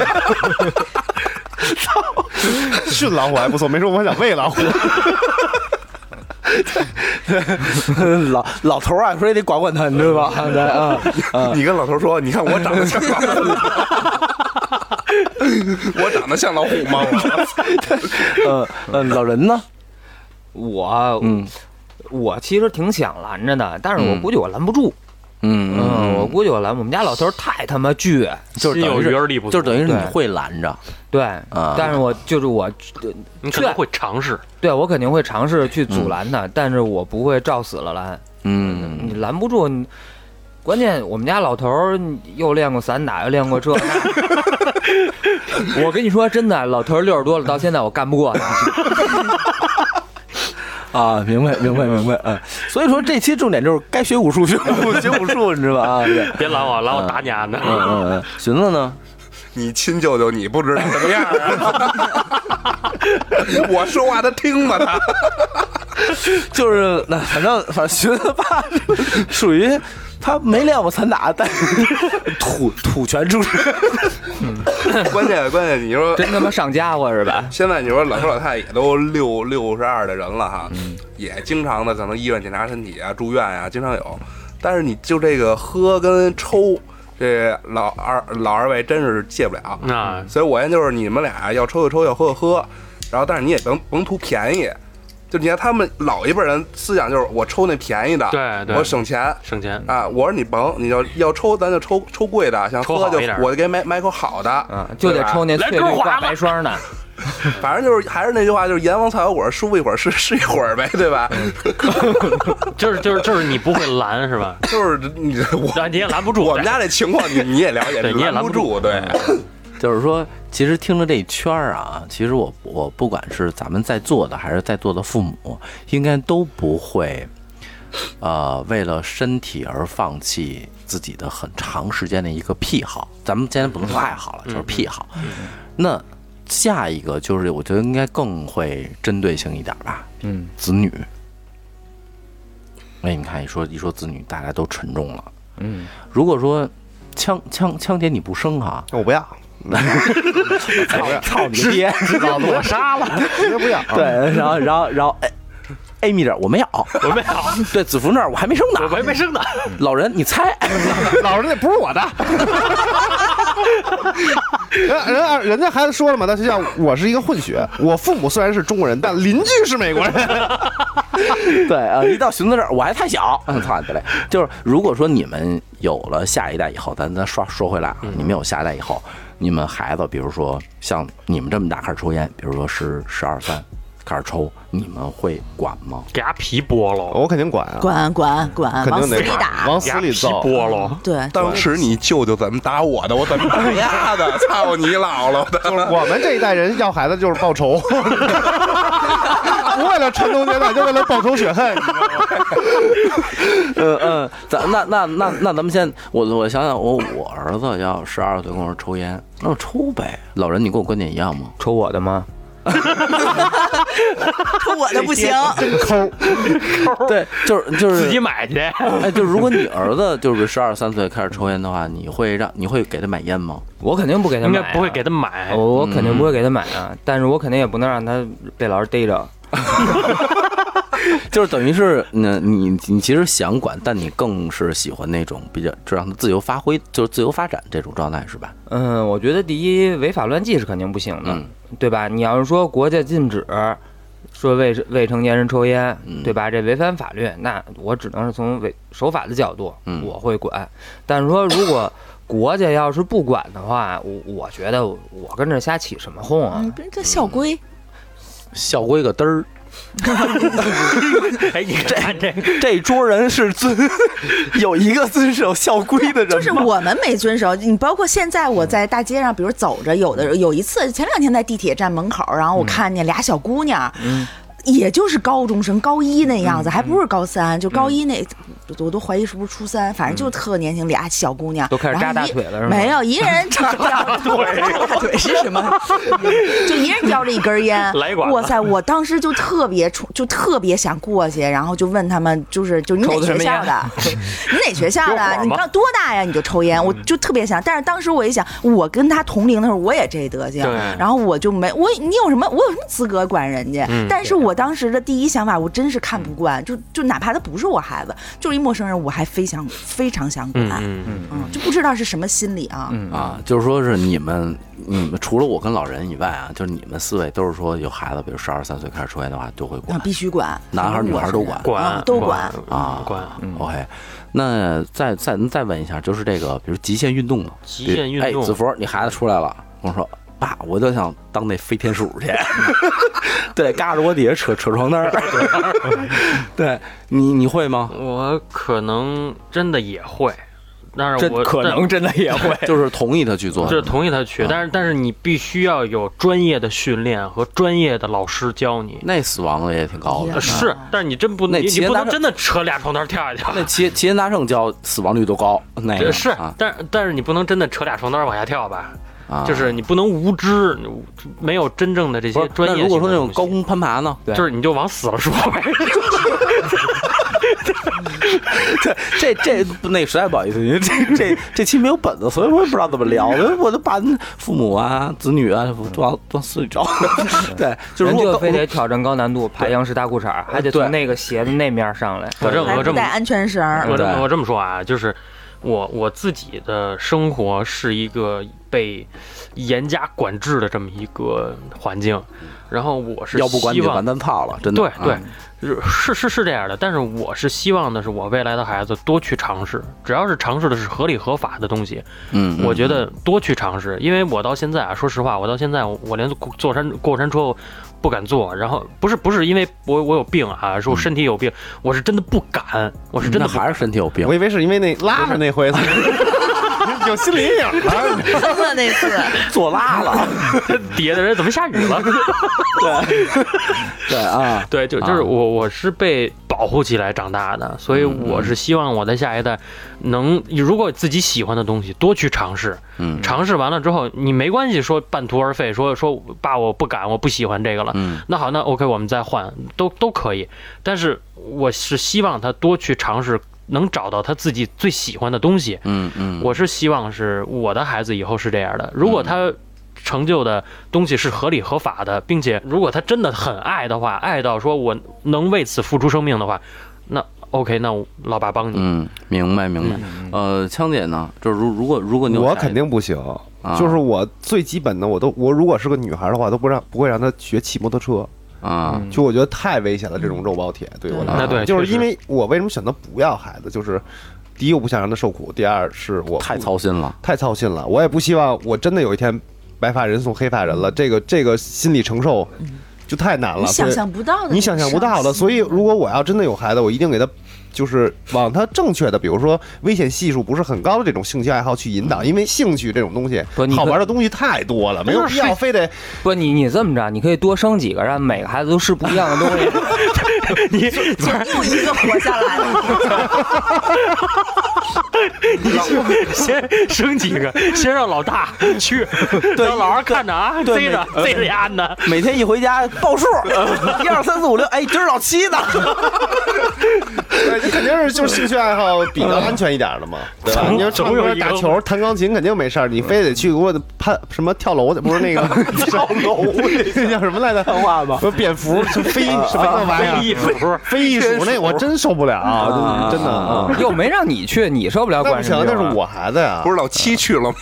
训老虎还不错，没说我想喂老虎。 老老头儿啊，说也得管管他，你知道吧？对啊，啊你跟老头说，你看我长得像老虎，我长得像老虎吗？ 呃呃，老人呢？ 我嗯我其实挺想拦着的，但是我估计我拦不住。 嗯嗯，我估计我拦。我们家老头儿太他妈倔， 心有就是等于是余而力不足， 就是等于是你对会拦着， 对啊但是我就是我， 你可能会尝试。 对我肯定会尝试去阻拦他，但是我不会照死了拦。 嗯你拦不住，你关键我们家老头儿又练过散打，又练过这。那我跟你说真的，老头儿六十多了，到现在我干不过他。 啊，明白明白明白，嗯，所以说这期重点就是该学武术学武学武术，你知道吧？啊，对， 别拦我，拦我打你啊！ 嗯嗯嗯，寻子呢？ 你亲舅舅，你不知道什么样啊？我说话他听吗？他就是那反正反正寻子爸属于他没练过散打，但是土土拳出身。 关键关键，你说真他妈上家伙是吧？ 现在你说老头老太太也都六六十二的人了哈，也经常的可能医院检查身体啊、住院呀、经常有。但是你就这个喝跟抽，这老二老二位真是戒不了。 啊， 所以我研究就是你们俩要抽就抽，要喝就喝，然后但是你也甭甭图便宜。就你看他们老一辈人思想就是我抽那便宜的， 对对我省钱。 省钱。 啊，我说你甭，你要要抽，咱就抽抽贵的，想喝就抽好一点我就给买买口好的， 嗯，就得抽那翠绿挂白霜的。 反正就是还是那句话，就是阎王操小鬼，舒服一会儿是是一会儿呗，对吧？ 就是就是就是你不会拦是吧？ 就是你我你也拦不住。 我们家这情况你你也了解， 对，你也拦不住，对。 就是说，其实听了这一圈儿啊，其实我我不管是咱们在座的，还是在座的父母，应该都不会，呃，为了身体而放弃自己的很长时间的一个癖好。咱们今天不能说爱好了，就是癖好。那下一个就是，我觉得应该更会针对性一点吧。 嗯， 子女。哎，你看一说一说子女，大家都沉重了。 嗯， 如果说枪枪枪姐你不生哈， 我不要。 操操你爹！ 老子我杀了， 绝不要。 对，然后然后然后哎。Amy 这儿我没有， 我没有。 对，子福那儿我还没生呢， 我还没生呢。 老人，你猜？ 老人那不是我的。人人人家孩子说了嘛，他就像我是一个混血，我父母虽然是中国人，但邻居是美国人。 对啊，一到寻子这儿我还太小，操你嘞！就是如果说你们有了下一代以后，咱咱说说回来啊，你们有下一代以后，你们孩子比如说像你们这么大开始抽烟，比如说十十二三。开始抽，你们会管吗？ 给他皮剥了， 我肯定管啊， 管管管， 肯定得往死里打， 往死里揍， 剥了。 对， 当时你舅舅怎么打我的，我怎么打丫的，操你姥姥的！ 就是我们这一代人要孩子就是报仇，不为了传宗接代，就为了报仇雪恨。 嗯嗯，咱那那那那咱们先，我我想想，我我儿子要十二岁跟我说抽烟，那我抽呗。老人，你跟我观点一样吗？ 抽我的吗？ 抽我的不行， 抠， 对，就是就是自己买去。 哎，就如果你儿子就是十二三岁开始抽烟的话，你会让你会给他买烟吗？ 我肯定不给他买、啊， 应该不会给他买。 我我肯定不会给他买啊，嗯、但是我肯定也不能让他被老师逮着。 就是等于是，嗯，你你其实想管，但你更是喜欢那种比较，就让他自由发挥，就是自由发展这种状态，是吧？ 嗯，我觉得第一，违法乱纪是肯定不行的， 嗯、 对吧？你要是说国家禁止说未未成年人抽烟， 嗯、 对吧？这违反法律，那我只能是从违守法的角度， 嗯、 我会管。但是说如果国家要是不管的话，我我觉得我跟这瞎起什么哄啊？ 嗯，这校规， 校规个嘚儿。 哎，你看这这桌人是遵有一个遵守校规的人， 就是我们没遵守。你包括现在我在大街上，比如走着，有的有一次前两天在地铁站门口，然后我看见俩小姑娘，嗯、也就是高中生，高一那样子，嗯、还不是高三，就高一那。我都怀疑是不是初三，反正就特年轻，俩小姑娘都开始扎大腿了，是吗？ 没有，一人扎大腿，大腿是什么？就一人叼着一根烟，哇塞！我当时就特别就特别想过去，然后就问他们，就是就你哪学校的？你哪学校的？你刚多大呀？你就抽烟？我就特别想，但是当时我一想，我跟他同龄的时候，我也这德行，然后我就没我你有什么我有什么资格管人家？但是我当时的第一想法，我真是看不惯，就就哪怕他不是我孩子，就是一陌生人，我还非常非常想管，嗯嗯嗯，就不知道是什么心理啊， 嗯啊，就是说是你们你们除了我跟老人以外啊，就是你们四位都是说有孩子，比如十二三岁开始抽烟的话，就会管， 必须管， 男孩女孩都管， 管都管啊， 管。 OK， 那再再再问一下，就是这个，比如极限运动呢？ 极限运动， 哎，子福，你孩子出来了，跟我说。爸，我就想当那飞天鼠去，对，嘎着我底下扯扯床单儿。对你，你会吗？ 我可能真的也会，但是我可能真的也会， 就是同意他去做， 就是同意他去，但是但是你必须要有专业的训练和专业的老师教你。 那死亡也挺高的， 是，但是你真不那你你不能真的扯俩床单跳下去。 那齐齐天大圣教死亡率都高，那个是， 啊、 但但是你不能真的扯俩床单往下跳吧？ 啊， 就是你不能无知，没有真正的这些专业。 那如果说那种高空攀爬呢？ 就是你就往死了说呗。 这这这那实在不好意思，因为这这这期没有本子，所以我也不知道怎么聊。我就把父母啊、子女啊都往往死里找。对，就是人就非得挑战高难度，爬央视大裤衩，还得从那个鞋的那面上来。 我这我这么带安全绳。 我这么我这么说啊，就是我我自己的生活是一个被严加管制的这么一个环境，然后我是要不管你希望完蛋操了，真的。 对对啊， 是是是这样的，但是我是希望的是我未来的孩子多去尝试，只要是尝试的是合理合法的东西， 嗯，嗯我觉得多去尝试，因为我到现在啊，说实话，我到现在我连坐山过山车不敢坐，然后不是不是因为我我有病啊，是我身体有病，我是真的不敢，我是真的不敢那还是身体有病我。以为是因为那拉着那回有心理阴影了。 真的那次坐拉了， 底下的人怎么下雨了？ 对对啊， 对，就就是我我是被保护起来长大的，所以我是希望我的下一代能，如果自己喜欢的东西多去尝试， 嗯， 尝试完了之后，你没关系说半途而废，说说爸我不敢，我不喜欢这个了， 嗯， 那好，那 OK 我们再换，都都可以，但是我是希望他多去尝试。能找到他自己最喜欢的东西， 嗯嗯， 我是希望是我的孩子以后是这样的。如果他成就的东西是合理合法的，并且如果他真的很爱的话，爱到说我能为此付出生命的话，那 OK， 那我老爸帮你。 嗯，明白明白。呃，枪姐呢？就是如如果如果你有我下一肯定不行， 啊就是我最基本的，我都我如果是个女孩的话，都不让不会让她学骑摩托车。 啊， 就我觉得太危险了，这种肉包铁对我来说， 那对确实就是因为我为什么选择不要孩子，就是第一我不想让他受苦，第二是我太操心了。 太操心了，我也不希望我真的有一天白发人送黑发人了，这个这个心理承受就太难了， 你想象不到的， 你想象不到的，所以如果我要真的有孩子，我一定给他。就是往他正确的，比如说危险系数不是很高的这种兴趣爱好去引导，因为兴趣这种东西不你可好玩的东西太多了，没有必要非得不，你你这么着，你可以多生几个，让每个孩子都试不一样的东西。 你就又一个活下来了。 你先生几个，先让老大去，让老二看着啊， 对贼着贼着丫呢。 每天一回家报数，一二三四五六，哎，今儿老七呢。 对，你肯定是就是兴趣爱好比较安全一点的嘛，对吧？你要唱歌、打球、弹钢琴肯定没事儿，你非得去给我攀什么跳楼去，不是那个跳楼，那叫什么来着？ 话吧， 不是蝙蝠，就飞什么那玩意儿？ 飞翼鼠， 飞翼鼠那我真受不了，真的啊！ 又没让你去，你受不了那不行， 管什么病啊？ 那是我孩子呀， 不是老七去了吗？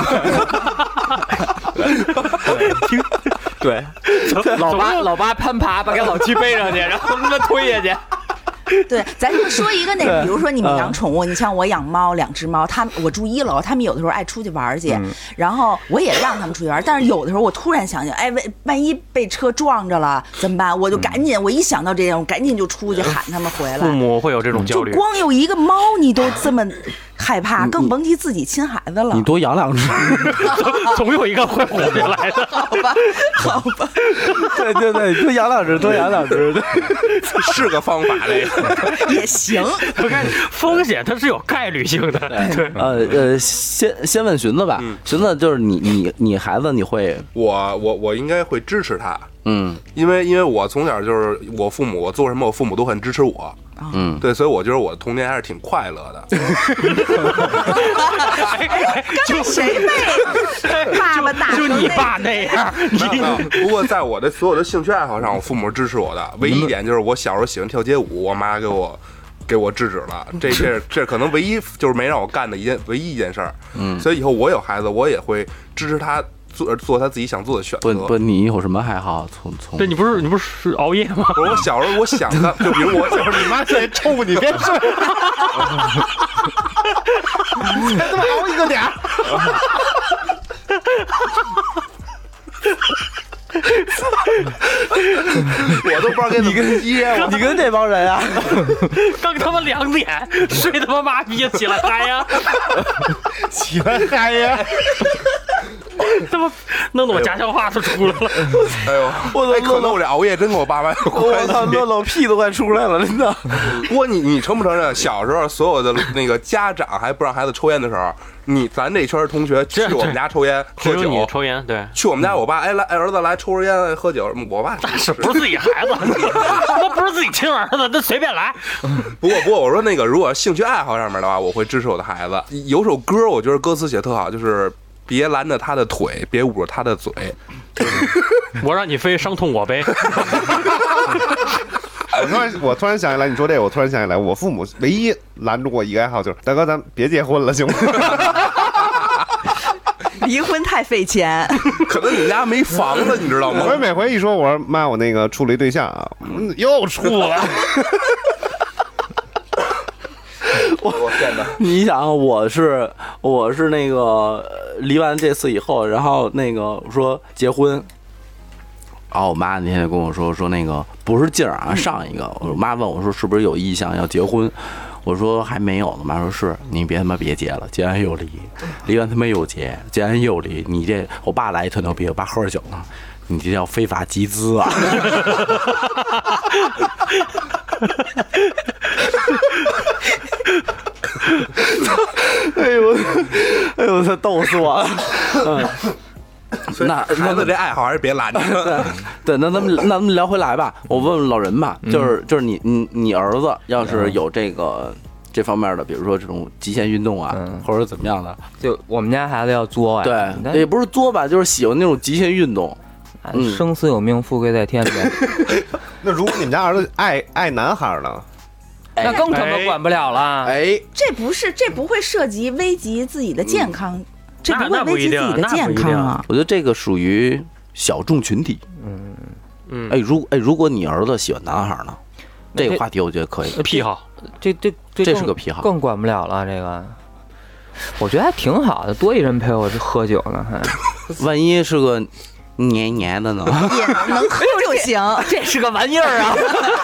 对，老八老八攀爬，把给老七背上去，然后他妈推下去。 对，咱就说一个那个，比如说你们养宠物，你像我养猫，两只猫，他们我住一楼，他们有的时候爱出去玩去，然后我也让他们出去玩，但是有的时候我突然想想，哎，万万一被车撞着了怎么办？我就赶紧，我一想到这样，我赶紧就出去喊他们回父来。 母会有这种焦虑。 就光有一个猫，你都这么害怕，更甭提自己亲孩子了你。多养两只。 总有一个会活下来的。 好吧，好吧， 对对对，多养两只，多养两只。 是个方法，这个也行。 我看风险它是有概率性的。对， 呃呃，先先问荀子吧，荀子就是你你你孩子你会我我我应该会支持他， 嗯因为因为我从小就是我父母我做什么，我父母都很支持我。 嗯， 对，所以我觉得我的童年还是挺快乐的。 就谁被爸爸打成那就你爸那样， 没有没有不过在我的所有的兴趣爱好上，我父母是支持我的。唯一一点就是我小时候喜欢跳街舞，我妈给我给我制止了。这这这可能唯一就是没让我干的一件唯一一件事儿。嗯，所以以后我有孩子，我也会支持他做做他自己想做的选择。 不不，你有什么爱好？从从对你不是你不是熬夜吗？ 我小时候我想的，就比如我就是你妈现在抽你别睡，才他妈熬一个点儿。 我都不知道该怎么接我。 你跟这帮人啊， 刚他妈两点睡他妈妈逼起来嗨呀！ 起来嗨呀！ 他妈弄得我家乡话都出来了。 哎呦， 我都哎，可能我这熬夜真跟我爸妈有我关操， 系。 乐乐屁都快出来了，真的。 不过你你承不承认，小时候所有的那个家长还不让孩子抽烟的时候，你咱这圈同学去我们家抽烟喝只有你酒， 抽烟，对， 去我们家，我爸哎来哎儿子来抽根烟喝酒，我爸那是不是自己孩子？他妈不是自己亲儿子，那随便来。 不过不过我说那个，如果兴趣爱好上面的话，我会支持我的孩子。有首歌我觉得歌词写特好，就是别拦着他的腿，别捂着他的嘴。 我让你飞，伤痛我背。 我突然我突然想起来，你说这个，我突然想起来，我父母唯一拦住我一个爱好就是，大哥，咱别结婚了，行吗？ 离婚太费钱， 可能你家没房子，你知道吗？ 我每回一说，我说妈，我那个处了一对象啊，又处了。 我天哪！ 你想，我是我是那个离完这次以后，然后那个说结婚，然后我妈那天跟我说说那个不是劲儿啊，上一个，我妈问我说是不是有意向要结婚，我说还没有呢。妈说是你别他妈别结了，结完又离，离完他妈又结，结完又离，你这我爸来一特牛逼，我爸喝着酒呢，你这叫非法集资啊！哎呦，哎呦，他逗死我了。嗯， 那孩子这爱好还是别拦着。 对，那咱们那咱们聊回来吧。我问问老人吧，就是就是你你你儿子要是有这个这方面的，比如说这种极限运动啊， 嗯、 或者怎么样的， 就我们家孩子要作呀， 对，也不是作吧，就是喜欢那种极限运动。 嗯、生死有命，富贵在天呗。 那如果你们家儿子爱爱男孩呢？ 那更他妈管不了了。 哎， 这不是这不会涉及危及自己的健康，嗯、这不会危及自己的健康啊！ 我觉得这个属于小众群体。 嗯嗯，哎，如哎，如果你儿子喜欢男孩呢？这个话题我觉得可以。 癖好， 这这这这是个癖好， 更管不了了。这个，我觉得还挺好的，多一人陪我喝酒呢，还。 万一是个。黏黏的呢， 也能喝就行。 这是个玩意儿啊！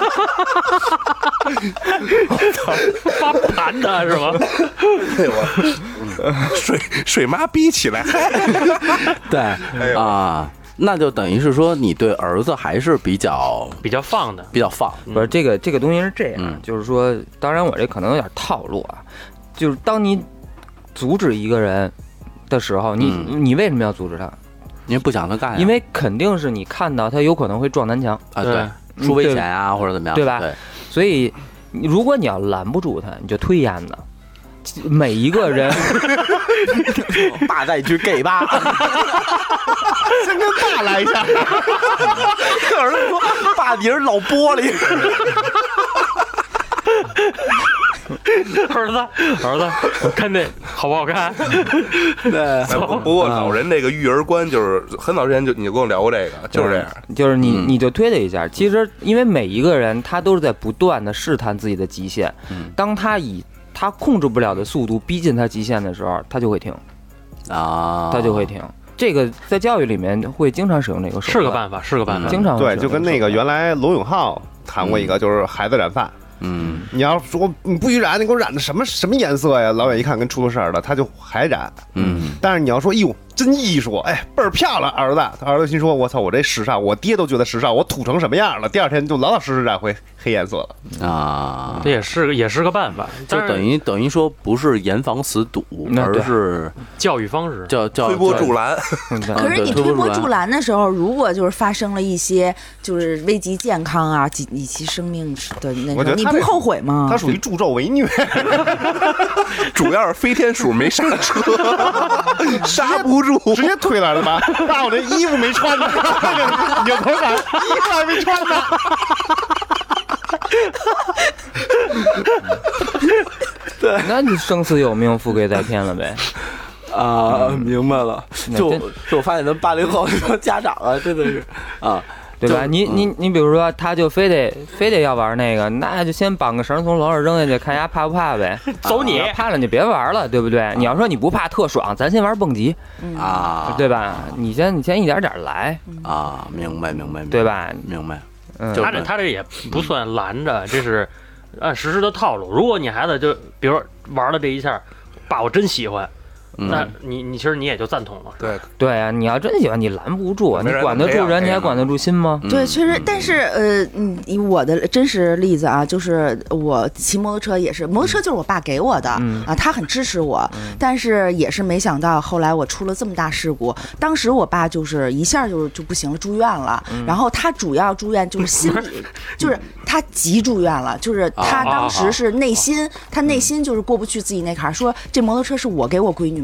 发盘的是吧？ 哎我水水妈逼起来， 对啊，那就等于是说你对儿子还是比较比较放的， 比较放。 不是这个这个东西是这样， 嗯、 就是说，当然我这可能有点套路啊，就是当你阻止一个人的时候，你、嗯、你为什么要阻止他？ 因为不想他干、啊， 因为肯定是你看到他有可能会撞南墙啊，对，出危险啊或者怎么样， 对吧？ 对， 所以如果你要拦不住他，你就推烟子。每一个人， 爸带去 gay 吧， 先跟爸来一下。 儿子说：“爸，你是老玻璃。” 儿子，儿子，我看那好不好看？ 对， 不不过老人这个育儿观就是很早之前就你就跟我聊过这个，就是这样， 就是你你就推他一下。其实因为每一个人他都是在不断的试探自己的极限，当他以他控制不了的速度逼近他极限的时候，他就会停啊， 他就会停。这个在教育里面会经常使用这个手段， 是个办法，是个办法， 经常对，就跟那个原来罗永浩谈过一个，就是孩子染发。 嗯， 你要说你不许染，你给我染的什么什么颜色呀？老远一看跟出了事儿的，他就还染。 嗯， 但是你要说，哎呦，真艺术，哎，倍儿漂亮，儿子。他儿子心说，我操，我这时尚，我爹都觉得时尚，我土成什么样了？第二天就老老实实染回黑颜色了啊。 这也是个也是个办法， 就等于等于说不是严防死堵，而是教育方式， 叫叫推波助澜。 可是你推波助澜的时候，如果就是发生了一些就是危及健康啊、以及生命的那种，你不后悔吗？ 他属于助纣为虐， 主要是飞天鼠没刹车，刹不住， 直接推来了吧？爸，我这衣服没穿呢，扭头看，衣服还没穿呢。 对，那你生死有命，富贵在天了呗。 啊，明白了。就就我发现咱八零后说家长啊，真的是啊。 对吧？你你你比如说，他就非得非得要玩那个，那就先绑个绳从楼上扔下去，看人家怕不怕呗。 走你， 怕了你别玩了，对不对？你要说你不怕特爽，咱先玩蹦极啊， 对吧？你先你先一点点来啊，明白明白， 对吧？ 明白。 嗯， 他这他这也不算拦着，这是按实施的套路。如果你孩子就比如玩了这一下，爸我真喜欢。那你你其实你也就赞同了， 对对啊，你要真喜欢，你拦不住啊，你管得住人，你还管得住心吗？ 对，确实，但是呃，嗯，以我的真实例子啊，就是我骑摩托车也是，摩托车就是我爸给我的、嗯、啊，他很支持我、嗯，但是也是没想到后来我出了这么大事故，当时我爸就是一下就就不行了，住院了、嗯，然后他主要住院就是心理，就是他急住院了，就是他当时是内心，他内心就是过不去自己那坎儿，说这摩托车是我给我闺女买。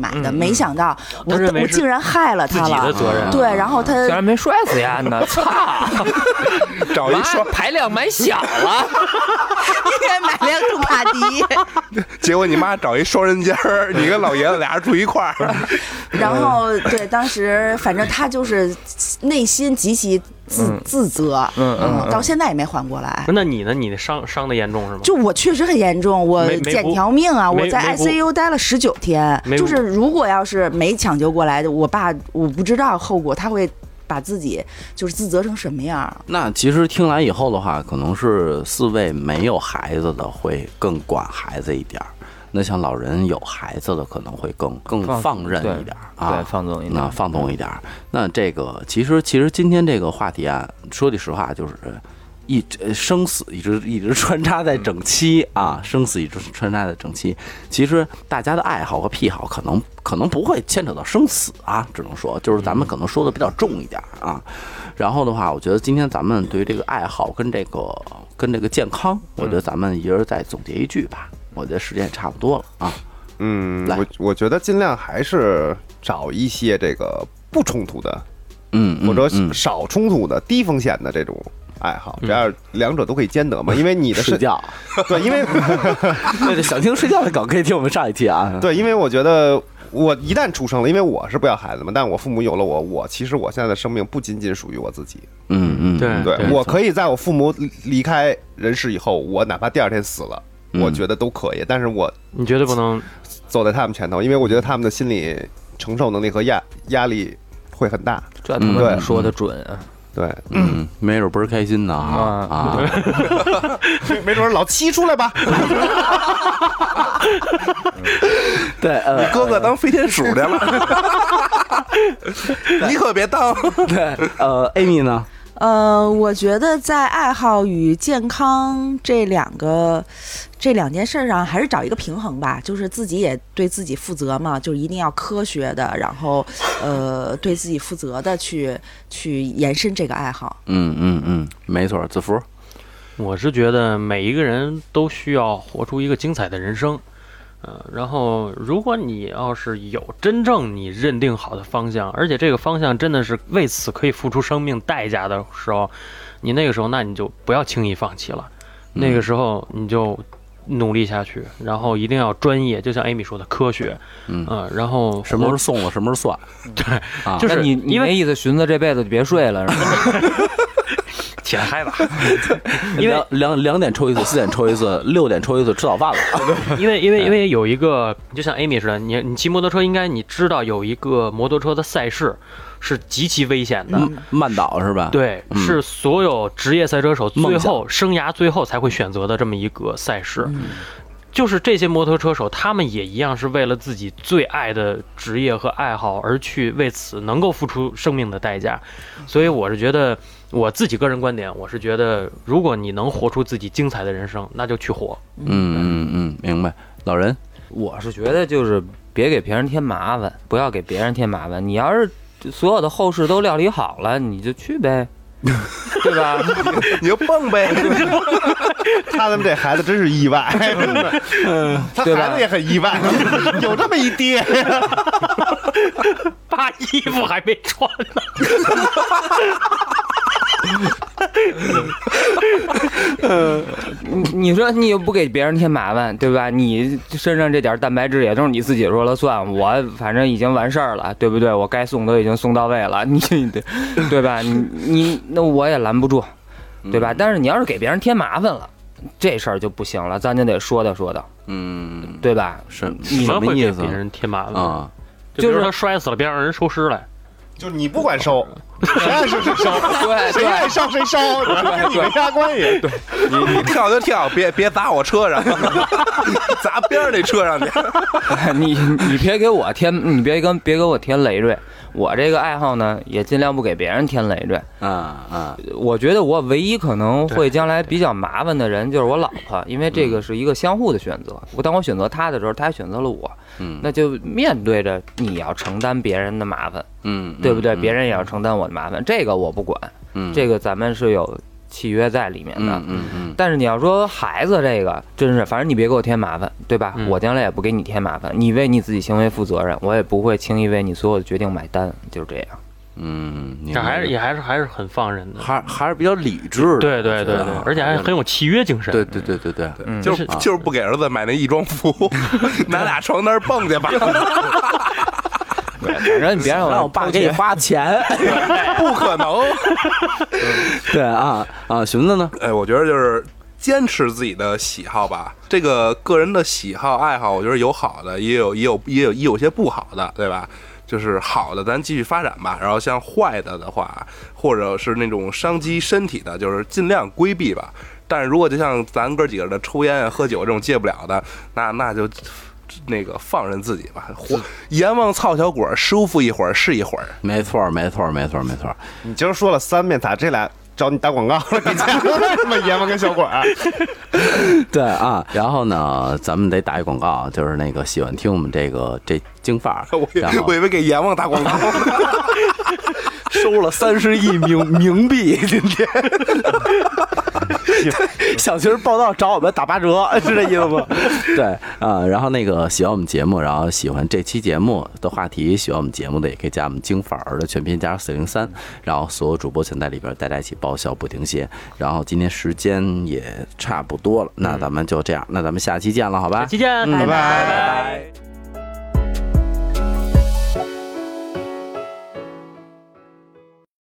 买的，没想到我我我竟然害了他了， 自己的责任。 对，然后他竟然没摔死呀呢，操！ 找一双排量买小了， 应该买辆杜卡迪。 结果你妈找一双人间儿，你跟老爷子俩人住一块儿。 然后对，当时反正他就是内心极其自、嗯、自责， 嗯嗯, 嗯， 到现在也没缓过来。 那你呢？你的伤伤的严重是吗？ 就我确实很严重，我捡条命啊！我在 I C U 待了十九天，就是如果要是没抢救过来的，我爸我不知道后果，他会把自己就是自责成什么样。 那其实听来以后的话，可能是四位没有孩子的会更管孩子一点儿。那像老人有孩子的可能会更更放任一点啊， 对，放纵一点， 那放纵一点。那这个其实其实今天这个话题啊，说句实话，就是一生死一直一直穿插在整期啊，生死一直穿插在整期。其实大家的爱好和癖好可能可能不会牵扯到生死啊，只能说就是咱们可能说的比较重一点啊。然后的话，我觉得今天咱们对于这个爱好跟这个跟这个健康，我觉得咱们一人再总结一句吧。我觉得时间也差不多了啊。 嗯，我我觉得尽量还是找一些这个不冲突的， 嗯， 或者少冲突的、低风险的这种爱好，这样两者都可以兼得嘛。因为你的睡觉， 对，因为对想听睡觉的梗可以听我们上一期啊。 对，因为我觉得我一旦出生了，因为我是不要孩子嘛，但我父母有了我，我其实我现在的生命不仅仅属于我自己。 嗯嗯， 对对，我可以在我父母离开人世以后，我哪怕第二天死了。我觉得都可以，但是我你绝对不能走在他们前头，因为我觉得他们的心理承受能力和压压力会很大。 这他妈说的准啊！ 对， 嗯，没准不是开心的啊啊！ 没准老七出来吧。 对，呃， 你哥哥当飞天鼠去了，你可别当。 对，呃 ，Amy 呢？ 呃，我觉得在爱好与健康这两个这两件事上，还是找一个平衡吧。就是自己也对自己负责嘛，就一定要科学的，然后呃，对自己负责的去去延伸这个爱好。 嗯嗯嗯，没错，子福， 我是觉得每一个人都需要活出一个精彩的人生。呃，然后如果你要是有真正你认定好的方向，而且这个方向真的是为此可以付出生命代价的时候，你那个时候那你就不要轻易放弃了，那个时候你就努力下去，然后一定要专业，就像 Amy 说的科学， 嗯、 呃、然后什么时候送了什么时候算， 对， 啊、 就是你你那意思，寻思这辈子就别睡了，是吧？ 起来嗨吧， 因为两两点抽一次，四点抽一次，六点抽一次，吃早饭了。 因为因为因为有一个，就像 Amy 似的，你你骑摩托车，应该你知道有一个摩托车的赛事是极其危险的， 嗯、慢倒是吧？ 对， 嗯、 是所有职业赛车手最后生涯最后才会选择的这么一个赛事。嗯，就是这些摩托车手，他们也一样是为了自己最爱的职业和爱好而去为此能够付出生命的代价。所以我是觉得，我自己个人观点，我是觉得，如果你能活出自己精彩的人生，那就去活。 嗯嗯嗯，明白。老人， 我是觉得就是别给别人添麻烦，不要给别人添麻烦。你要是所有的后事都料理好了，你就去呗。对吧？ 你就蹦呗。 他们这孩子真是意外，嗯，他孩子也很意外，有这么一爹， 把衣服还没穿呢。 嗯，你你说你又不给别人添麻烦，对吧？你身上这点蛋白质也都是你自己说了算，我反正已经完事儿了，对不对？我该送都已经送到位了，你对对吧？你你那我也拦不住，对吧？但是你要是给别人添麻烦了，这事儿就不行了，咱就得说道说道， 嗯， 对吧？ 是你们会给别人添麻烦啊？就是他摔死了，别让人收尸来。 就是你不管收，谁爱收谁收，对，谁爱烧谁烧，跟你没啥关系。对， 你你跳就跳，别别砸我车上，砸边儿那车上去。 你你别给我添，你别跟别给我添累赘。我这个爱好呢，也尽量不给别人添累赘。 啊啊！ 我觉得我唯一可能会将来比较麻烦的人就是我老婆，因为这个是一个相互的选择。我当我选择她的时候，她选择了我， 嗯， 那就面对着你要承担别人的麻烦， 嗯， 对不对？别人也要承担我的麻烦，这个我不管， 嗯， 这个咱们是有契约在里面的。 嗯嗯嗯。 但是你要说孩子这个，真是反正你别给我添麻烦，对吧？ 嗯、 我将来也不给你添麻烦，你为你自己行为负责任，我也不会轻易为你所有的决定买单，就是这样。 嗯， 这还是也还是还是很放任的， 还还是比较理智的。 对对对对，而且还很有契约精神。 对对对对对， 嗯、就是就是不给儿子买那翼装服，拿俩床那儿蹦去吧。 对，反正你别让我爸给你花钱， 不可能。 对啊啊，熊子呢？ 哎，我觉得就是坚持自己的喜好吧。这个个人的喜好爱好，我觉得有好的，也有也有也有也有些不好的，对吧？就是好的，咱继续发展吧。然后像坏的的话，或者是那种伤及身体的，就是尽量规避吧。但是如果就像咱哥几个的抽烟啊、喝酒这种戒不了的，那那就那个放任自己吧。阎王操小鬼，舒服一会儿是一会儿。 没错，没错，没错，没错。 你今儿说了三遍，咋这俩找你打广告了？给钱了？什么阎王跟小鬼儿？ 对啊，然后呢，咱们得打一广告，就是那个喜欢听我们这个这京范儿， 我我以为给阎王打广告， 收了三十亿冥冥币，今天小群报道找我们打八折，是这意思吗？对啊、呃，然后那个喜欢我们节目，然后喜欢这期节目的话题，喜欢我们节目的也可以加我们京范儿的全拼加上四零三，然后所有主播全在里边，大家一起爆笑不停歇。然后今天时间也差不多了，那咱们就这样，那咱们下期见了，好吧？ 下期见， 嗯、拜拜。 拜拜拜拜。